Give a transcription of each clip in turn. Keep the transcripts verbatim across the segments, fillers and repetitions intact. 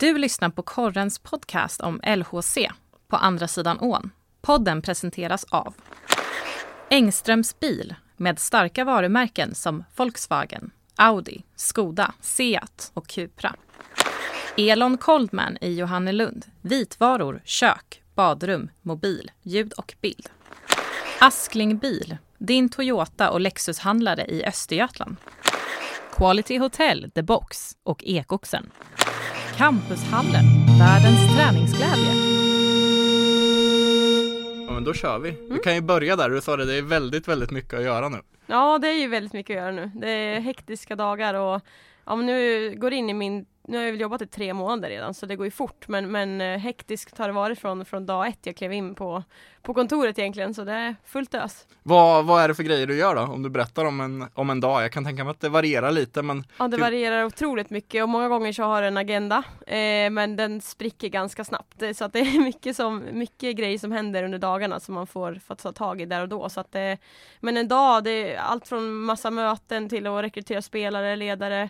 Du lyssnar på Korrens podcast om L H C på andra sidan ån. Podden presenteras av Engströms bil med starka varumärken som Volkswagen, Audi, Skoda, Seat och Cupra. Elon Coldman i Johannelund. Vitvaror, kök, badrum, mobil, ljud och bild. Askling bil, din Toyota och Lexus-handlare i Östergötland. Quality Hotel, The Box och Ekoxen. Campushallen, världens träningsglädje. Ja, men då kör vi. Mm. Vi kan ju börja där. Du sa det, det är väldigt, väldigt mycket att göra nu. Ja, det är ju väldigt mycket att göra nu. Det är hektiska dagar och ja, men nu går in i min... Nu har jag väl jobbat i tre månader redan, så det går ju fort. Men, men hektiskt har det varit från, från dag ett jag klev in på, på kontoret egentligen. Så det är fullt ös. Vad, vad är det för grejer du gör då? Om du berättar om en, om en dag. Jag kan tänka mig att det varierar lite. Men... Ja, det varierar otroligt mycket. Och många gånger så har jag en agenda. Eh, men den spricker ganska snabbt. Så att det är mycket, som, mycket grejer som händer under dagarna som man får, får ta tag i där och då. Så att det, men en dag, det är allt från massa möten till att rekrytera spelare, ledare.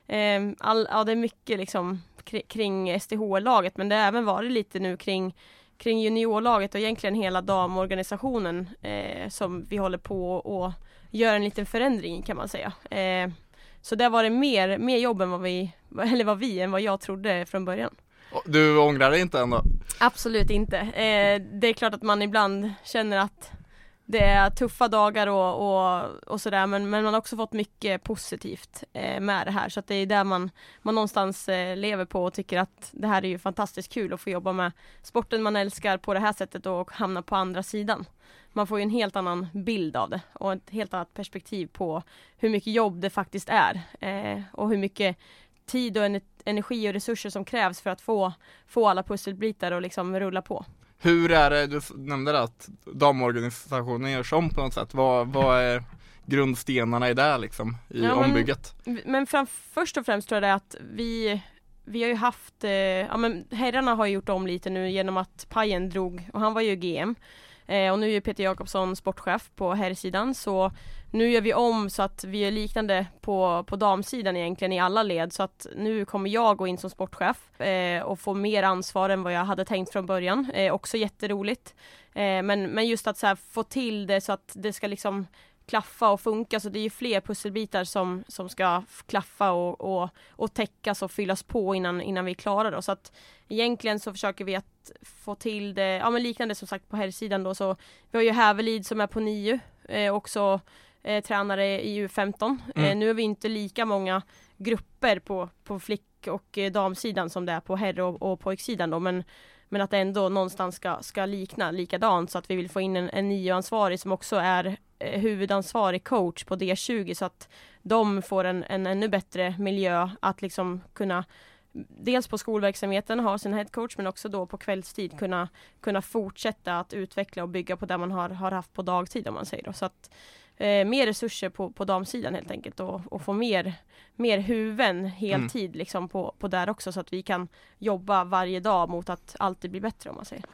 All, ja, det är mycket liksom kring S D H-laget, men det har även varit lite nu kring, kring juniorlaget och egentligen hela damorganisationen eh, som vi håller på och gör en liten förändring kan man säga. Eh, så det var det mer, mer jobb än vad vi, eller vad vi än vad jag trodde från början. Du ångrar dig inte ändå? Absolut inte. Eh, det är klart att man ibland känner att det är tuffa dagar och, och, och sådär, men, men man har också fått mycket positivt eh, med det här. Så att det är där man, man någonstans eh, lever på och tycker att det här är ju fantastiskt kul att få jobba med sporten man älskar på det här sättet och hamna på andra sidan. Man får ju en helt annan bild av det och ett helt annat perspektiv på hur mycket jobb det faktiskt är eh, och hur mycket tid och energi och resurser som krävs för att få, få alla pusselbitar och liksom rulla på. Hur är det, du nämnde det att damorganisationen görs om på något sätt. Vad, vad är grundstenarna i det liksom, i ja, ombygget? Men, men fram, först och främst tror jag det att vi, vi har ju haft, eh, ja men herrarna har gjort om lite nu genom att Pajen drog, och han var ju G M. Eh, och nu är Peter Jakobsson sportchef på herrsidan, så nu gör vi om så att vi är liknande på, på damsidan egentligen i alla led, så att nu kommer jag gå in som sportchef eh, och få mer ansvar än vad jag hade tänkt från början. Eh, också jätteroligt. Eh, men, men just att så här, få till det så att det ska liksom klaffa och funka, så det är ju fler pusselbitar som, som ska klaffa och, och, och täckas och fyllas på innan, innan vi är klara då. Så att egentligen så försöker vi att få till det, ja men liknande som sagt på här sidan då, så vi har ju Hävelid som är på nio, eh, också eh, tränare i U femton. Mm. Eh, nu är vi inte lika många grupper på, på flick- och eh, damsidan som det är på herr- och, och pojksidan då, men Men att det ändå någonstans ska, ska likna likadant, så att vi vill få in en, en nioansvarig som också är eh, huvudansvarig coach på D tjugo, så att de får en, en ännu bättre miljö att liksom kunna dels på skolverksamheten ha sin headcoach, men också då på kvällstid kunna, kunna fortsätta att utveckla och bygga på det man har, har haft på dagtid om man säger då. Så att eh, mer resurser på, på damsidan helt enkelt och, och få mer, mer huvuden heltid mm. liksom på, på där också, så att vi kan jobba varje dag mot att alltid bli bättre om man säger.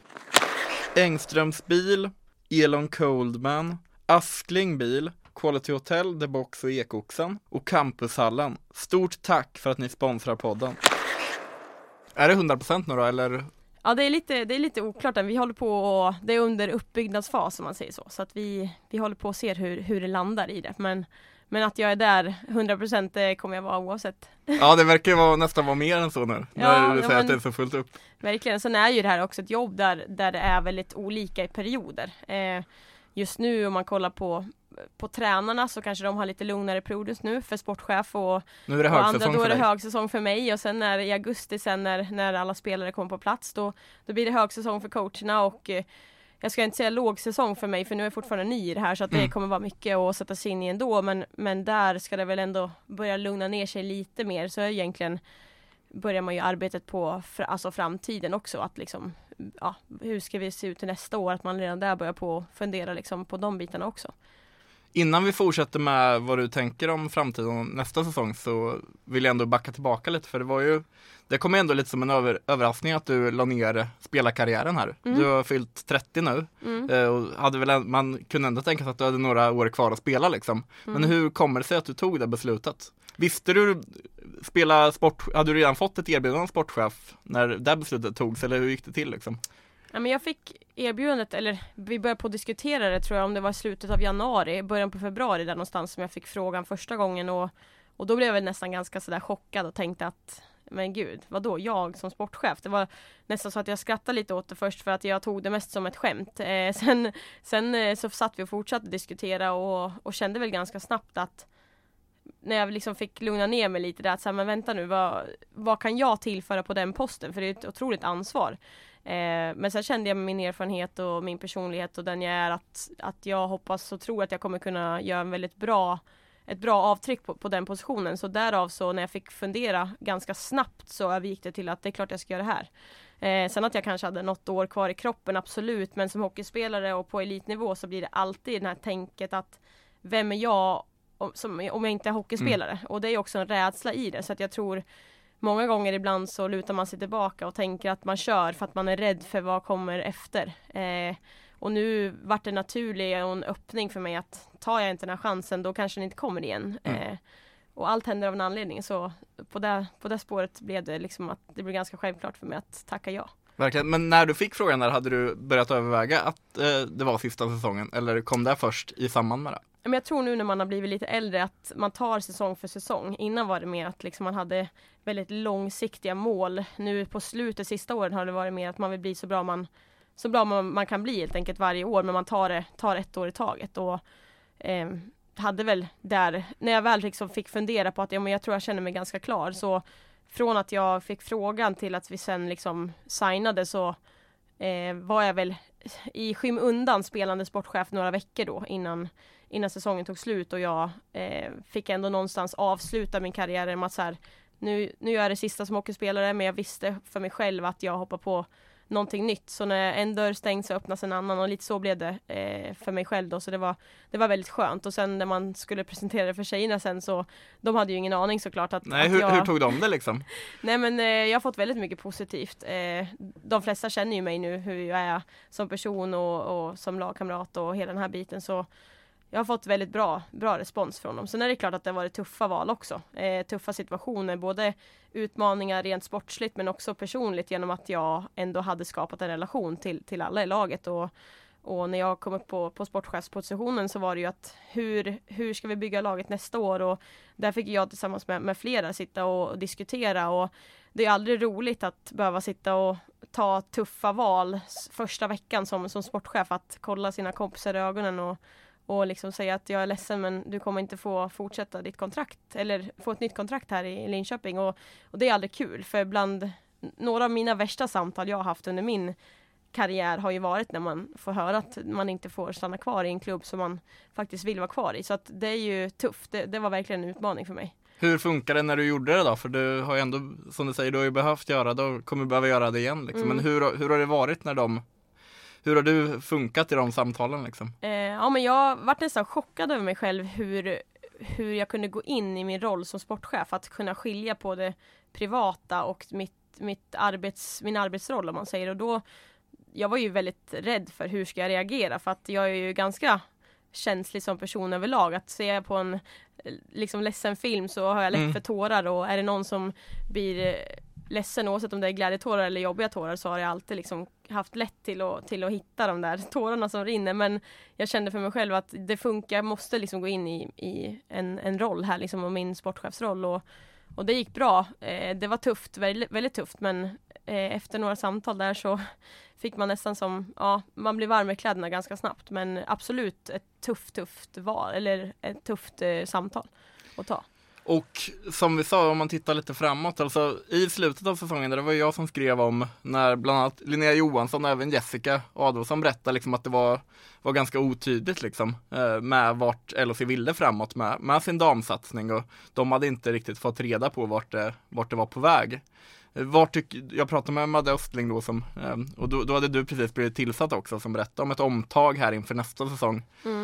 Engströms bil, Elon Coldman, Askling bil, Quality Hotel, The Box och Ekoxen och Campushallen. Stort tack för att ni sponsrar podden. Är det hundra procent nu då, eller? Ja, det är lite, det är lite oklart. Vi håller på och, det är under uppbyggnadsfas om man säger så. Så att vi, vi håller på och ser hur, hur det landar i det. Men, men att jag är där hundra procent, det kommer jag vara oavsett. Ja, det verkar ju vara, nästan vara mer än så nu. Ja, när du ja, säger men, att det är så fullt upp. Verkligen. Sen är ju det här också ett jobb där, där det är väldigt olika i perioder. Eh, just nu om man kollar på på tränarna så kanske de har lite lugnare perioder nu för sportchef och, nu är det och andra, då är det för högsäsong för mig, och sen när, i augusti sen när, när alla spelare kommer på plats då, då blir det högsäsong för coacherna och eh, jag ska inte säga lågsäsong för mig, för nu är jag fortfarande ny i det här, så att det mm. kommer vara mycket att sätta sig in i ändå, men, men där ska det väl ändå börja lugna ner sig lite mer, så egentligen börjar man ju arbetet på för, alltså framtiden också, att liksom, ja, hur ska vi se ut till nästa år, att man redan där börjar på fundera liksom på de bitarna också. Innan vi fortsätter med vad du tänker om framtiden nästa säsong så vill jag ändå backa tillbaka lite, för det var ju det kom ändå lite som en över, överraskning att du la ner spelarkarriären här. Mm. Du har fyllt trettio nu mm. eh, och hade väl, man kunde ändå tänka sig att du hade några år kvar att spela liksom. Mm. Men hur kommer det sig att du tog det beslutet? Visste du spela sport, hade du redan fått ett erbjudande av sportchef när det beslutet togs, eller hur gick det till liksom? Ja, men jag fick erbjudandet, eller vi började på att diskutera det tror jag, om det var i slutet av januari, början på februari där någonstans som jag fick frågan första gången, och, och då blev jag väl nästan ganska sådär chockad och tänkte att men gud, vadå, jag som sportchef? Det var nästan så att jag skrattade lite åt det först för att jag tog det mest som ett skämt. Eh, sen sen eh, så satt vi och fortsatte diskutera och, och kände väl ganska snabbt att när jag liksom fick lugna ner mig lite där, att så här, men vänta nu, vad, vad kan jag tillföra på den posten? För det är ett otroligt ansvar. Eh, men sen kände jag med min erfarenhet och min personlighet och den jag är att, att jag hoppas och tror att jag kommer kunna göra en väldigt bra ett bra avtryck på, på den positionen. Så därav så när jag fick fundera ganska snabbt så övergick det till att det är klart jag ska göra det här. Eh, sen att jag kanske hade något år kvar i kroppen, absolut. Men som hockeyspelare och på elitnivå så blir det alltid det här tänket att vem är jag om, som, om jag inte är hockeyspelare? Mm. Och det är också en rädsla i det. Så att jag tror många gånger ibland så lutar man sig tillbaka och tänker att man kör för att man är rädd för vad kommer efter. Eh, Och nu vart det naturligt och en öppning för mig att tar jag inte den här chansen då kanske den inte kommer igen. Mm. Eh, och allt händer av en anledning, så på det, på det spåret blev det liksom att det blev ganska självklart för mig att tacka ja. Verkligen, men när du fick frågan där, hade du börjat överväga att eh, det var sista säsongen, eller kom det först i samband med det? Men jag tror nu när man har blivit lite äldre att man tar säsong för säsong. Innan var det mer att liksom man hade väldigt långsiktiga mål. Nu på slutet, sista åren har det varit mer att man vill bli så bra man så bra man, man kan bli helt enkelt varje år, men man tar det tar ett år i taget. Och eh, hade väl där, när jag väl liksom fick fundera på att ja, men jag tror jag känner mig ganska klar, så från att jag fick frågan till att vi sen liksom signade så eh, var jag väl i skymundan spelande sportchef några veckor då innan, innan säsongen tog slut, och jag eh, fick ändå någonstans avsluta min karriär med att så här, nu, nu är det sista som hockeyspelare, men jag visste för mig själv att jag hoppar på någonting nytt, så när en dörr stängs så öppnas en annan, och lite så blev det eh, för mig själv då, så det var, det var väldigt skönt. Och sen när man skulle presentera det för tjejerna sen, så de hade ju ingen aning såklart att, Nej, att hur, jag... hur tog de det liksom? Nej men eh, jag har fått väldigt mycket positivt. Eh, de flesta känner ju mig nu, hur jag är som person och, och som lagkamrat och hela den här biten, så jag har fått väldigt bra, bra respons från dem. Sen är det klart att det har varit tuffa val också. Eh, tuffa situationer, både utmaningar rent sportsligt men också personligt, genom att jag ändå hade skapat en relation till, till alla i laget. Och, och när jag kom upp på, på sportchefspositionen så var det ju att hur, hur ska vi bygga laget nästa år? Och där fick jag tillsammans med, med flera sitta och, och diskutera. Och det är aldrig roligt att behöva sitta och ta tuffa val första veckan som, som sportchef, att kolla sina kompisar i ögonen och Och liksom säga att jag är ledsen, men du kommer inte få fortsätta ditt kontrakt. Eller få ett nytt kontrakt här i Linköping. Och, och det är aldrig kul. För bland några av mina värsta samtal jag har haft under min karriär har ju varit när man får höra att man inte får stanna kvar i en klubb som man faktiskt vill vara kvar i. Så att det är ju tufft. Det, det var verkligen en utmaning för mig. Hur funkar det när du gjorde det då? För du har ju ändå, som du säger, du har ju behövt göra det och kommer behöva göra det igen. Liksom. Mm. Men hur, hur har det varit när de... Hur har du funkat i de samtalen liksom? Eh, ja, men jag varit nästan chockad över mig själv hur, hur jag kunde gå in i min roll som sportchef. Att kunna skilja på det privata och mitt, mitt arbets, min arbetsroll, om man säger. Och då, jag var ju väldigt rädd för hur ska jag reagera. För att jag är ju ganska känslig som person överlag. Att se på en liksom ledsen film så har jag lätt mm. för tårar. Och är det någon som blir... ledsen, oavsett om det är glädjetårar eller jobbiga tårar, så har jag alltid liksom haft lätt till att, till att hitta de där tårarna som rinner. Men jag kände för mig själv att det funkar, jag måste liksom gå in i, i en, en roll här liksom, och min sportchefsroll, och, och det gick bra. Eh, det var tufft, väldigt, väldigt tufft, men eh, efter några samtal där så fick man nästan som, ja, man blir varm i kläderna ganska snabbt, men absolut ett tufft, tufft val, eller ett tufft eh, samtal att ta. Och som vi sa, om man tittar lite framåt, alltså i slutet av säsongen, där det var jag som skrev om när bland annat Linnea Johansson och även Jessica Adolfsson berättade liksom att det var, var ganska otydligt liksom, med vart L H C ville framåt med, med sin damsatsning, och de hade inte riktigt fått reda på vart det, vart det var på väg. Var tyck, jag pratade med Madde Östling då, som, och då, då hade du precis blivit tillsatt också, som berättade om ett omtag här inför nästa säsong. Mm.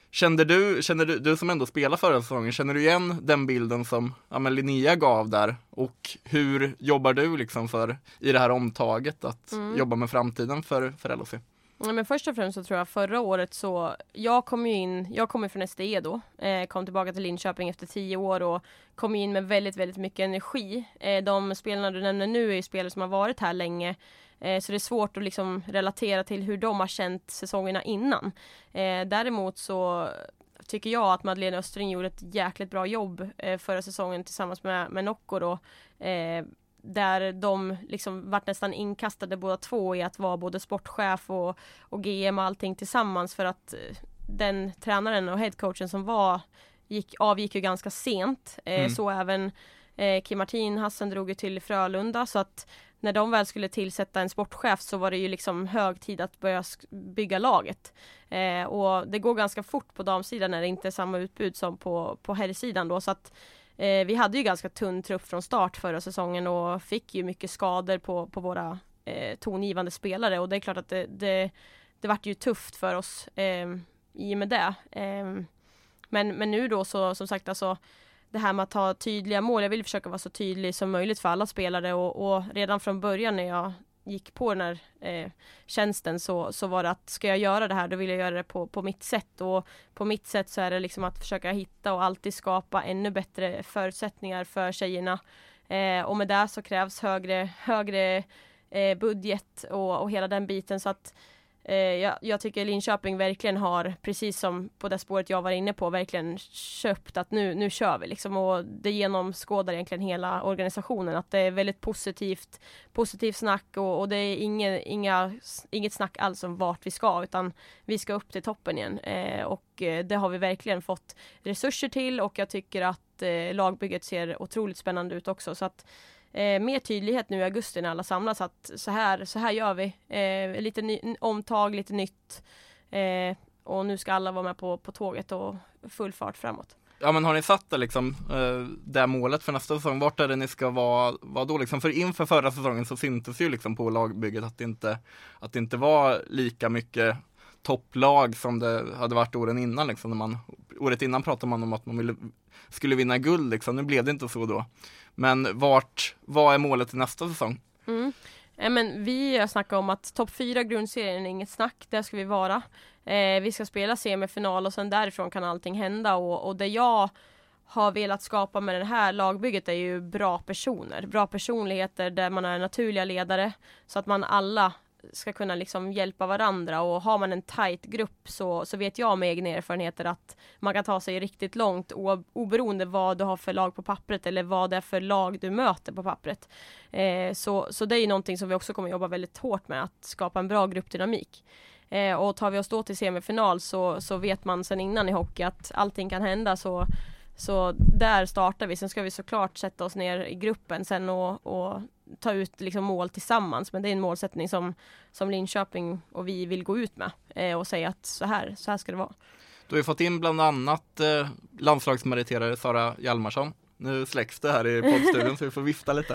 Kände du, kände du, du som ändå spelar förra säsongen, känner du igen den bilden som ja, men Linnea gav där? Och hur jobbar du liksom för, i det här omtaget att mm. jobba med framtiden för, för L H C? Ja, men först och främst så tror jag förra året så, jag kom ju in, jag kom från S D E då, eh, kom tillbaka till Linköping efter tio år och kom in med väldigt, väldigt mycket energi. Eh, de spelarna du nämner nu är ju spelare som har varit här länge. Så det är svårt att liksom relatera till hur de har känt säsongerna innan. Eh, däremot så tycker jag att Madeleine Östring gjorde ett jäkligt bra jobb eh, förra säsongen tillsammans med, med Nocco då. Eh, där de liksom vart nästan inkastade båda två i att vara både sportchef och, och G M och allting tillsammans, för att eh, den tränaren och headcoachen som var gick, avgick ju ganska sent. Eh, mm. Så även eh, Kim Martin Hassan drog ju till Frölunda, så att när de väl skulle tillsätta en sportchef så var det ju liksom hög tid att börja bygga laget. Eh, och det går ganska fort på damsidan när det inte är samma utbud som på, på herrsidan då. Så att eh, vi hade ju ganska tunn trupp från start förra säsongen och fick ju mycket skador på, på våra eh, tongivande spelare. Och det är klart att det, det, det vart ju tufft för oss eh, i och med det. Eh, men, men nu då så som sagt alltså, det här med att ha tydliga mål. Jag vill försöka vara så tydlig som möjligt för alla spelare. Och, och redan från början när jag gick på den här eh, tjänsten så, så var det att ska jag göra det här, då vill jag göra det på, på mitt sätt. Och på mitt sätt så är det liksom att försöka hitta och alltid skapa ännu bättre förutsättningar för tjejerna. Eh, och med det så krävs högre, högre eh, budget och, och hela den biten. Så att Jag, jag tycker Linköping verkligen har, precis som på det spåret jag var inne på, verkligen köpt att nu, nu kör vi liksom, och det genomskådar egentligen hela organisationen, att det är väldigt positivt positivt snack och, och det är inga, inga, inget snack alls om vart vi ska, utan vi ska upp till toppen igen eh, och eh, det har vi verkligen fått resurser till, och jag tycker att eh, lagbygget ser otroligt spännande ut också, så att Eh, mer tydlighet nu i augusti när alla samlas att så här, så här gör vi. Eh, lite ny, omtag, lite nytt. Eh, och nu ska alla vara med på, på tåget och full fart framåt. Ja, men har ni satt det liksom eh, det målet för nästa säsong? Vart är det ni ska vara, vara då liksom? För inför förra säsongen så syntes ju liksom på lagbygget att det inte, att det inte var lika mycket topplag som det hade varit åren innan liksom. När man, året innan pratade man om att man ville, skulle vinna guld liksom. Nu blev det inte så då. Men vart, vad är målet i nästa säsong? Mm. Eh, men vi har snackat om att topp fyra grundserien är inget snack, där ska vi vara. Eh, vi ska spela semifinal och sen därifrån kan allting hända. Och, och det jag har velat skapa med det här lagbygget är ju bra personer. Bra personligheter där man är naturliga ledare, så att man alla ska kunna liksom hjälpa varandra, och har man en tight grupp så, så vet jag med egna erfarenheter att man kan ta sig riktigt långt o, oberoende vad du har för lag på pappret eller vad det är för lag du möter på pappret. Eh, så, så det är ju någonting som vi också kommer jobba väldigt hårt med, att skapa en bra gruppdynamik. Eh, och tar vi oss då till semifinal så, så vet man sedan innan i hockey att allting kan hända, så Så där startar vi. Sen ska vi såklart sätta oss ner i gruppen sen och, och ta ut liksom mål tillsammans. Men det är en målsättning som, som Linköping och vi vill gå ut med eh, och säga att så här, så här ska det vara. Du har ju fått in bland annat eh, landslagsmeriterare Sara Hjalmarsson. Nu släcks det här i poddstudion så vi får vifta lite.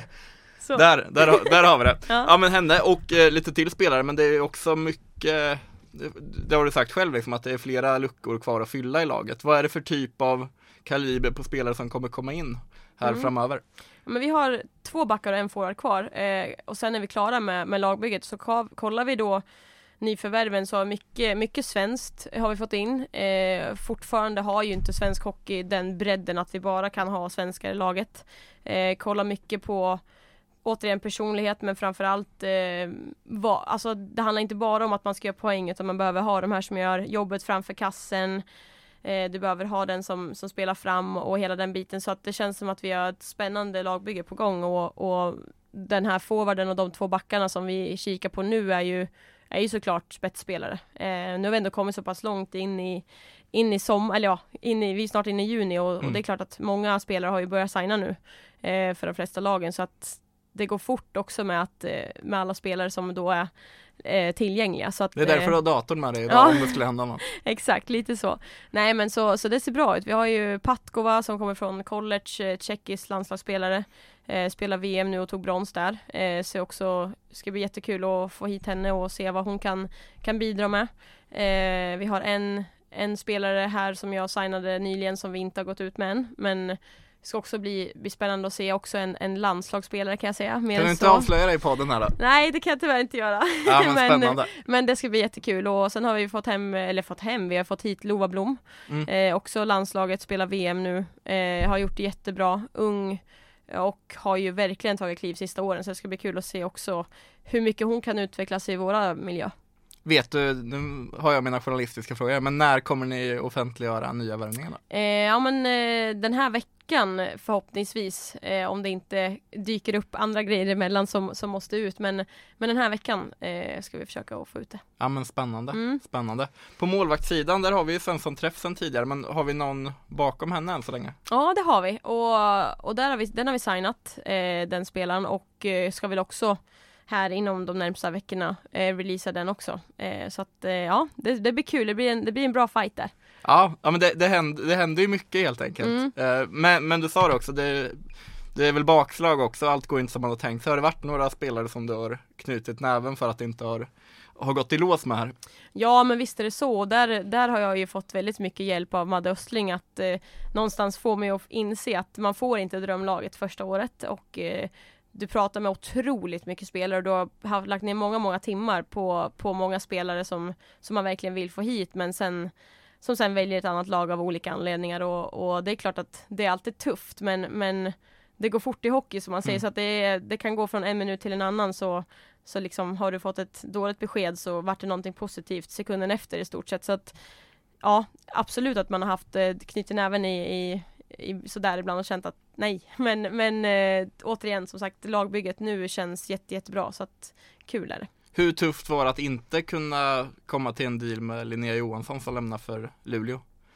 där, där, där har vi det. Ja, ja men henne och eh, lite till spelare, men det är också mycket... Det, det har du sagt själv liksom, att det är flera luckor kvar att fylla i laget. Vad är det för typ av kaliber på spelare som kommer komma in här mm. framöver? Men vi har två backar och en forward kvar. Eh, och sen är vi klara med, med lagbygget, så k- kollar vi då nyförvärven, så mycket, mycket svenskt har vi fått in. Eh, fortfarande har ju inte svensk hockey den bredden att vi bara kan ha svenskar i laget. Eh, kollar mycket på återigen personlighet, men framförallt eh, va, alltså, det handlar inte bara om att man ska göra poäng, utan man behöver ha de här som gör jobbet framför kassen. Eh, du behöver ha den som, som spelar fram och hela den biten, så att det känns som att vi har ett spännande lagbygge på gång, och, och den här forwarden och de två backarna som vi kikar på nu är ju, är ju såklart spetsspelare. Eh, nu har vi ändå kommit så pass långt in i in i som, eller ja, in i, vi är snart inne i juni och, mm. och det är klart att många spelare har ju börjat signa nu eh, för de flesta lagen, så att det går fort också med, att, med alla spelare som då är eh, tillgängliga. Så att, det är därför du har datorn med dig idag ja, om det skulle hända något. Exakt, lite så. Nej, men så, så det ser bra ut. Vi har ju Patkova som kommer från college, tjeckisk landslagsspelare. Eh, spelar V M nu och tog brons där. Eh, så också ska bli jättekul att få hit henne och se vad hon kan, kan bidra med. Eh, vi har en en spelare här som jag signade nyligen som vi inte har gått ut med än. Men det ska också bli, bli spännande att se också en, en landslagsspelare kan jag säga. Mer kan du inte så. avslöja dig i podden här då? Nej, det kan jag tyvärr inte göra. Ja, men, men, spännande. men det ska bli jättekul. Och sen har vi fått hem, eller fått hem, vi har fått hit Lova Blom. Mm. Eh, också landslaget, spelar V M nu. Eh, har gjort det jättebra. Ung. Och har ju verkligen tagit kliv sista åren. Så det ska bli kul att se också hur mycket hon kan utvecklas i våra miljö. Vet du, nu har jag mina journalistiska frågor, men när kommer ni offentliggöra nya värvningarna? Eh, ja men eh, den här veckan förhoppningsvis, eh, om det inte dyker upp andra grejer emellan som, som måste ut. Men, men den här veckan eh, ska vi försöka att få ut det. Ja men spännande, Mm. spännande. På målvaktssidan, där har vi ju Svensson Träff sedan tidigare, men har vi någon bakom henne än så länge? Ja det har vi, och, och där har vi, den har vi signat, eh, den spelaren, och eh, ska väl också här inom de närmsta veckorna eh, releasa den också. Eh, så att eh, ja, det, det blir kul, det blir en, det blir en bra fight där. Ja, ja men det, det, händer, det händer ju mycket helt enkelt. Mm. Eh, men, men du sa det också, det, det är väl bakslag också, allt går inte som man har tänkt. Så har det varit några spelare som du har knutit näven för att det inte har, har gått i lås med här? Ja men visst är det så, där, där har jag ju fått väldigt mycket hjälp av Madde Östling att eh, någonstans få mig att inse att man får inte drömlaget första året, och eh, du pratar med otroligt mycket spelare och du har haft, lagt ner många, många timmar på, på många spelare som, som man verkligen vill få hit, men sen, som sen väljer ett annat lag av olika anledningar, och, och det är klart att det är alltid tufft, men, men det går fort i hockey som man säger, Mm. så att det, det kan gå från en minut till en annan, så, så liksom har du fått ett dåligt besked så vart det någonting positivt sekunden efter i stort sett, så att ja, absolut att man har haft eh, knyten även i, i I, sådär ibland och känt att nej, men, men äh, återigen som sagt, lagbygget nu känns jätte, jättebra, så att kul är det. Hur tufft var det att inte kunna komma till en deal med Linnea Johansson som lämnar för Luleå?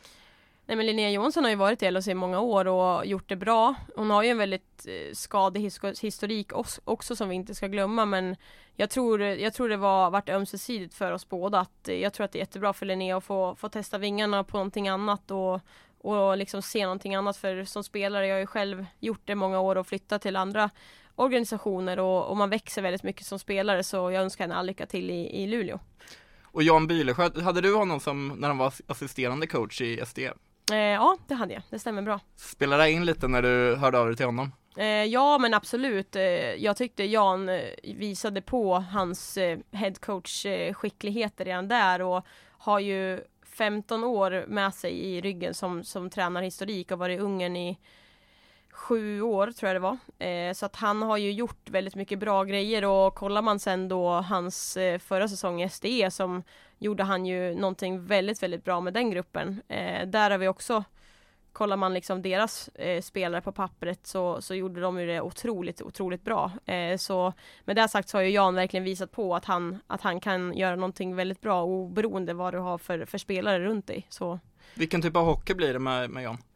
Nej men Linnea Johansson har ju varit i L H C i många år och gjort det bra. Hon har ju en väldigt eh, skadehistorik också som vi inte ska glömma, men jag tror, jag tror det var varit ömsesidigt för oss båda, att eh, jag tror att det är jättebra för Linnea att få, få testa vingarna på någonting annat och och liksom se någonting annat, för som spelare, jag har ju själv gjort det många år och flyttat till andra organisationer, och, och man växer väldigt mycket som spelare, så jag önskar henne all lycka till i, i Luleå. Och Jan Bylesjö, hade du honom som när han var assisterande coach i S D? Eh, ja, det hade jag, det stämmer bra. Spelade det in lite när du hörde av dig till honom? Eh, ja men absolut, eh, jag tyckte Jan eh, visade på hans eh, headcoach eh, skickligheter redan där, och har ju femton år med sig i ryggen som, som tränarhistorik och varit i Ungern i sju år tror jag det var. Eh, så att han har ju gjort väldigt mycket bra grejer, och kollar man sen då hans eh, förra säsong i S D E, som gjorde han ju någonting väldigt, väldigt bra med den gruppen. Eh, där har vi också, kollar man liksom deras eh, spelare på pappret, så, så gjorde de ju det otroligt, otroligt bra. Eh, så med det sagt så har ju Jan verkligen visat på att han, att han kan göra någonting väldigt bra oberoende vad du har för, för spelare runt dig. Så. Vilken typ av hockey blir det med, med Jan?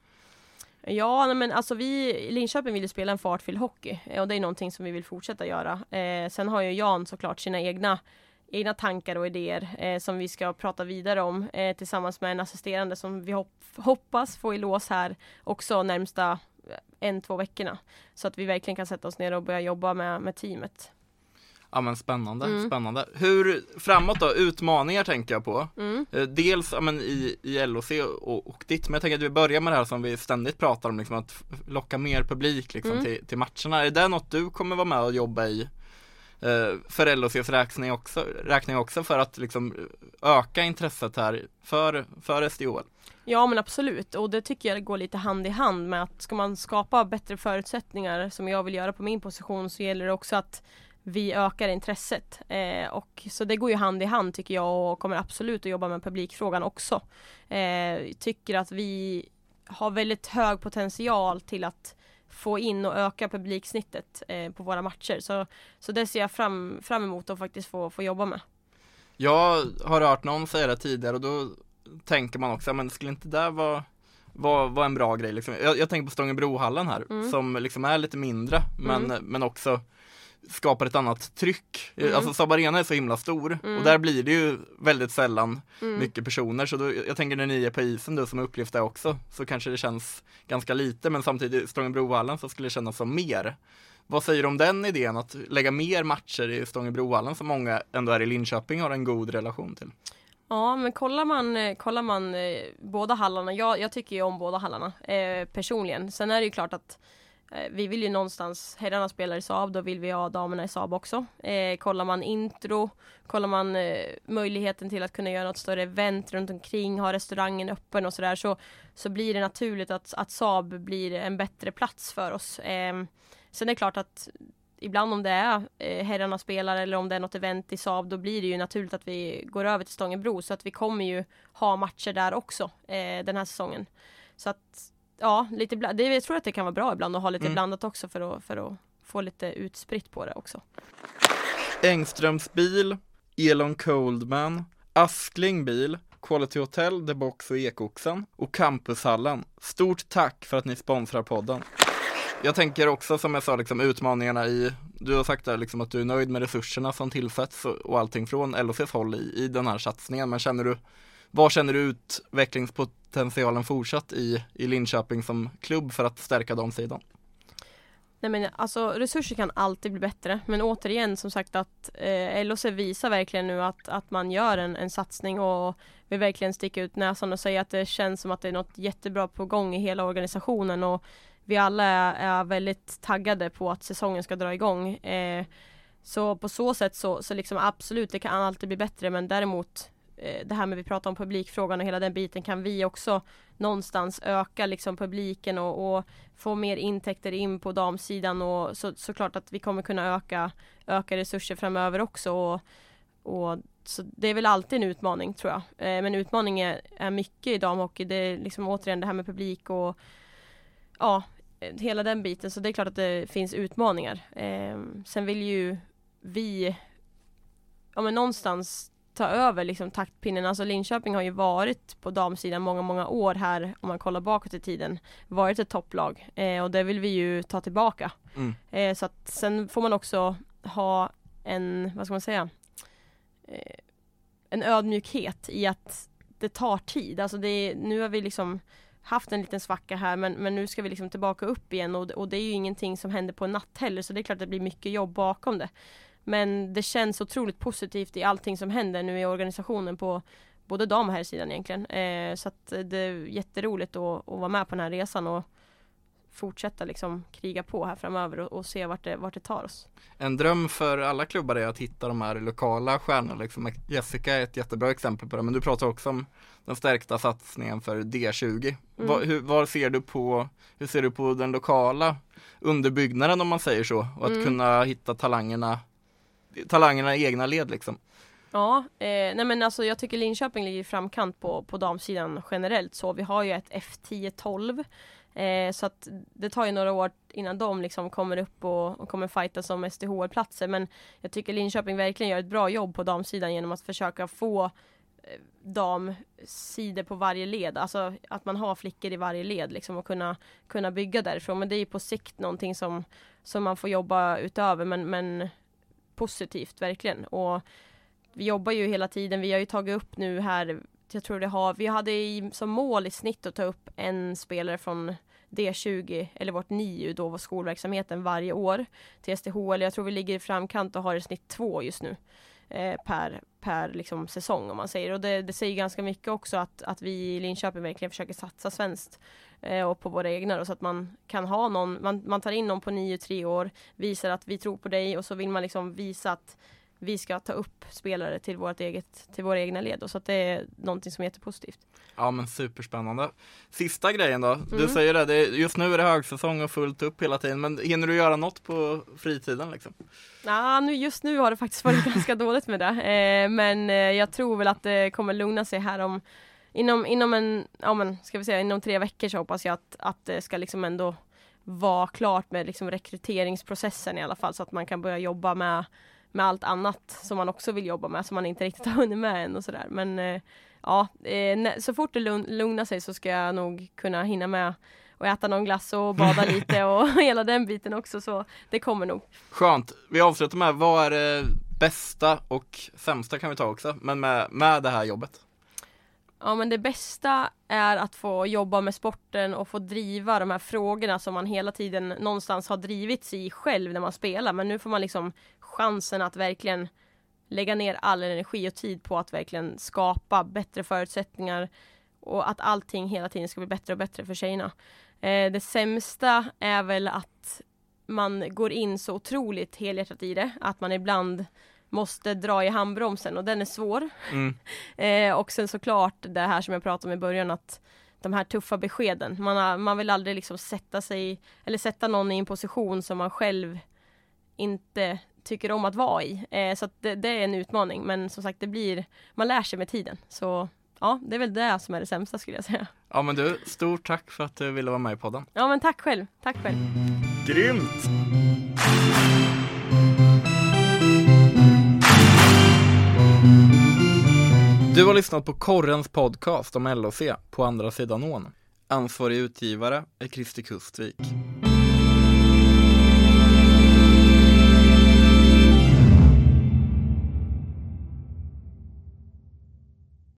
Ja, nej, men alltså vi i Linköping vill ju spela en fartfylld hockey, och det är någonting som vi vill fortsätta göra. Eh, sen har ju Jan såklart sina egna egna tankar och idéer eh, som vi ska prata vidare om eh, tillsammans med en assisterande som vi hopp- hoppas få i lås här också närmsta en, två veckorna. Så att vi verkligen kan sätta oss ner och börja jobba med, med teamet. Ja men spännande, Mm. spännande. Hur framåt då? Utmaningar tänker jag på. Mm. Eh, Dels ja, men i, i L H C och, och ditt, men jag tänker att vi börjar med det här som vi ständigt pratar om, liksom, att f- locka mer publik liksom, Mm. till, till matcherna. Är det något du kommer vara med och jobba i eh, för L H C:s räkning också, räkning också för att liksom, öka intresset här för, för S D O L? Ja men absolut, och det tycker jag går lite hand i hand med att ska man skapa bättre förutsättningar som jag vill göra på min position, så gäller det också att vi ökar intresset. Eh, och så det går ju hand i hand tycker jag, och kommer absolut att jobba med publikfrågan också. Eh, tycker att vi har väldigt hög potential till att få in och öka publiksnittet eh, på våra matcher. Så, så det ser jag fram, fram emot att faktiskt få, få jobba med. Jag har hört någon säga det tidigare, och då tänker man också, men skulle inte det vara Var, var en bra grej liksom. jag, jag tänker på Stångebrohallen här Mm. som liksom är lite mindre men, Mm. men också skapar ett annat tryck. Mm. Alltså Saab Arena är så himla stor Mm. och där blir det ju väldigt sällan Mm. mycket personer, så då, jag tänker när ni är på isen då som upplevt det också, så kanske det känns ganska lite, men samtidigt Stångebrohallen så skulle det kännas som mer. Vad säger du om den idén att lägga mer matcher i Stångebrohallen som många ändå är i Linköping har en god relation till? Ja, men kollar man, kollar man eh, båda hallarna, jag, jag tycker ju om båda hallarna eh, personligen. Sen är det ju klart att eh, vi vill ju någonstans, herrarna spelar i Saab, då vill vi ha damerna i Saab också. Eh, kollar man intro, kollar man eh, möjligheten till att kunna göra något större event runt omkring, ha restaurangen öppen och sådär, så, så blir det naturligt att, att Saab blir en bättre plats för oss. Eh, sen är det klart att ibland om det är eh, herrarna spelar eller om det är något event i Saab, då blir det ju naturligt att vi går över till Stångebro, så att vi kommer ju ha matcher där också eh, den här säsongen. Så att ja, lite bla- det, jag tror att det kan vara bra ibland att ha lite mm. blandat också för att, för att få lite utspritt på det också. Engströms bil, Elon Coldman, Askling bil, Quality Hotel, The Box och Ekoxen och Campushallen. Stort tack för att ni sponsrar podden. Jag tänker också, som jag sa, liksom, utmaningarna i, du har sagt där liksom, att du är nöjd med resurserna som tillsätts och, och allting från L H C:s håll i, i den här satsningen. Men känner du, vad känner du utvecklingspotentialen fortsatt i, i Linköping som klubb för att stärka de sidan? Nej, men alltså resurser kan alltid bli bättre, men återigen som sagt att eh, L H C visar verkligen nu att, att man gör en, en satsning och vill verkligen sticka ut näsan och säga att det känns som att det är något jättebra på gång i hela organisationen, och vi alla är, är väldigt taggade på att säsongen ska dra igång. Eh, så på så sätt så, så liksom absolut, det kan alltid bli bättre, men däremot eh, det här med vi pratar om publikfrågan och hela den biten, kan vi också någonstans öka liksom publiken och, och få mer intäkter in på damsidan, och så, såklart att vi kommer kunna öka, öka resurser framöver också, och, och så det är väl alltid en utmaning tror jag. Eh, men utmaning är, är mycket i damhockey, det är liksom återigen det här med publik och ja, hela den biten, så det är klart att det finns utmaningar. Eh, sen vill ju vi ja, men någonstans ta över liksom taktpinnen. Alltså Linköping har ju varit på damsidan många, många år här, om man kollar bakåt i tiden, varit ett topplag. Eh, och det vill vi ju ta tillbaka. Mm. Eh, så att sen får man också ha en, vad ska man säga, eh, en ödmjukhet i att det tar tid. Alltså det, nu har vi liksom haft en liten svacka här, men, men nu ska vi liksom tillbaka upp igen, och, och det är ju ingenting som händer på en natt heller, så det är klart att det blir mycket jobb bakom det. Men det känns otroligt positivt i allting som händer nu i organisationen på både dam och här sidan egentligen. Eh, så att det är jätteroligt att, att vara med på den här resan och fortsätta liksom kriga på här framöver och, och se vart det, vart det tar oss. En dröm för alla klubbar är att hitta de här lokala stjärnorna. Liksom. Jessica är ett jättebra exempel på det, men du pratar också om den stärkta satsningen för D tjugo. Mm. Var, hur, var ser du på, hur ser du på den lokala underbyggnaden, om man säger så, och att mm. kunna hitta talangerna talangerna i egna led liksom? Ja, eh, nej men alltså jag tycker Linköping ligger i framkant på, på damsidan generellt, så vi har ju ett F tio tolv, eh, så att det tar ju några år innan de liksom kommer upp och, och kommer fighta som S D H R-platser, men jag tycker Linköping verkligen gör ett bra jobb på damsidan genom att försöka få eh, damsidor på varje led, alltså att man har flickor i varje led liksom, och kunna, kunna bygga därifrån, men det är ju på sikt någonting som, som man får jobba utöver, men, men positivt verkligen. Och vi jobbar ju hela tiden, vi har ju tagit upp nu här, jag tror det har, vi hade i, som mål i snitt att ta upp en spelare från D tjugo, eller vårt N I U då var skolverksamheten, varje år till S D H, eller jag tror vi ligger i framkant och har i snitt två just nu eh, per, per liksom säsong, om man säger, och det, det säger ganska mycket också att, att vi i Linköping verkligen försöker satsa svenskt eh, och på våra egna då, så att man kan ha någon, man, man tar in någon på nio, tre år, visar att vi tror på dig, och så vill man liksom visa att vi ska ta upp spelare till vårt eget, till våra egna led, och så att det är någonting som är jättepositivt. Ja, men superspännande. Sista grejen då, du mm. säger det, det är, just nu är det högsäsong och fullt upp hela tiden, men hinner du göra något på fritiden liksom? Ja, nu, just nu har det faktiskt varit ganska dåligt med det, eh, men eh, jag tror väl att det kommer lugna sig här om inom, inom en, ja men ska vi säga inom tre veckor, så hoppas jag att, att det ska liksom ändå vara klart med liksom rekryteringsprocessen i alla fall, så att man kan börja jobba med med allt annat som man också vill jobba med, som man inte riktigt har hunnit med än och sådär. Men eh, ja, eh, så fort det lugnar sig så ska jag nog kunna hinna med och äta någon glass och bada lite och hela den biten också, så det kommer nog. Skönt. Vi avslutar med, vad är det bästa och sämsta kan vi ta också, men med, med det här jobbet? Ja, men det bästa är att få jobba med sporten och få driva de här frågorna som man hela tiden någonstans har drivit sig själv när man spelar. Men nu får man liksom chansen att verkligen lägga ner all energi och tid på att verkligen skapa bättre förutsättningar och att allting hela tiden ska bli bättre och bättre för tjejerna. Eh, det sämsta är väl att man går in så otroligt helhjärtat i det, att man ibland måste dra i handbromsen och den är svår. Mm. eh, och sen såklart det här som jag pratade om i början, att de här tuffa beskeden, man, har, man vill aldrig liksom sätta sig eller sätta någon i en position som man själv inte tycker om att vara i. Eh, så att det, det är en utmaning, men som sagt det blir, man lär sig med tiden. Så ja, det är väl det som är det sämsta skulle jag säga. Ja men du, stort tack för att du ville vara med i podden. Ja men tack själv, tack själv. Grymt! Du har lyssnat på Korrens podcast om L O C på andra sidan ån. Ansvarig utgivare är Kristi Kustvik.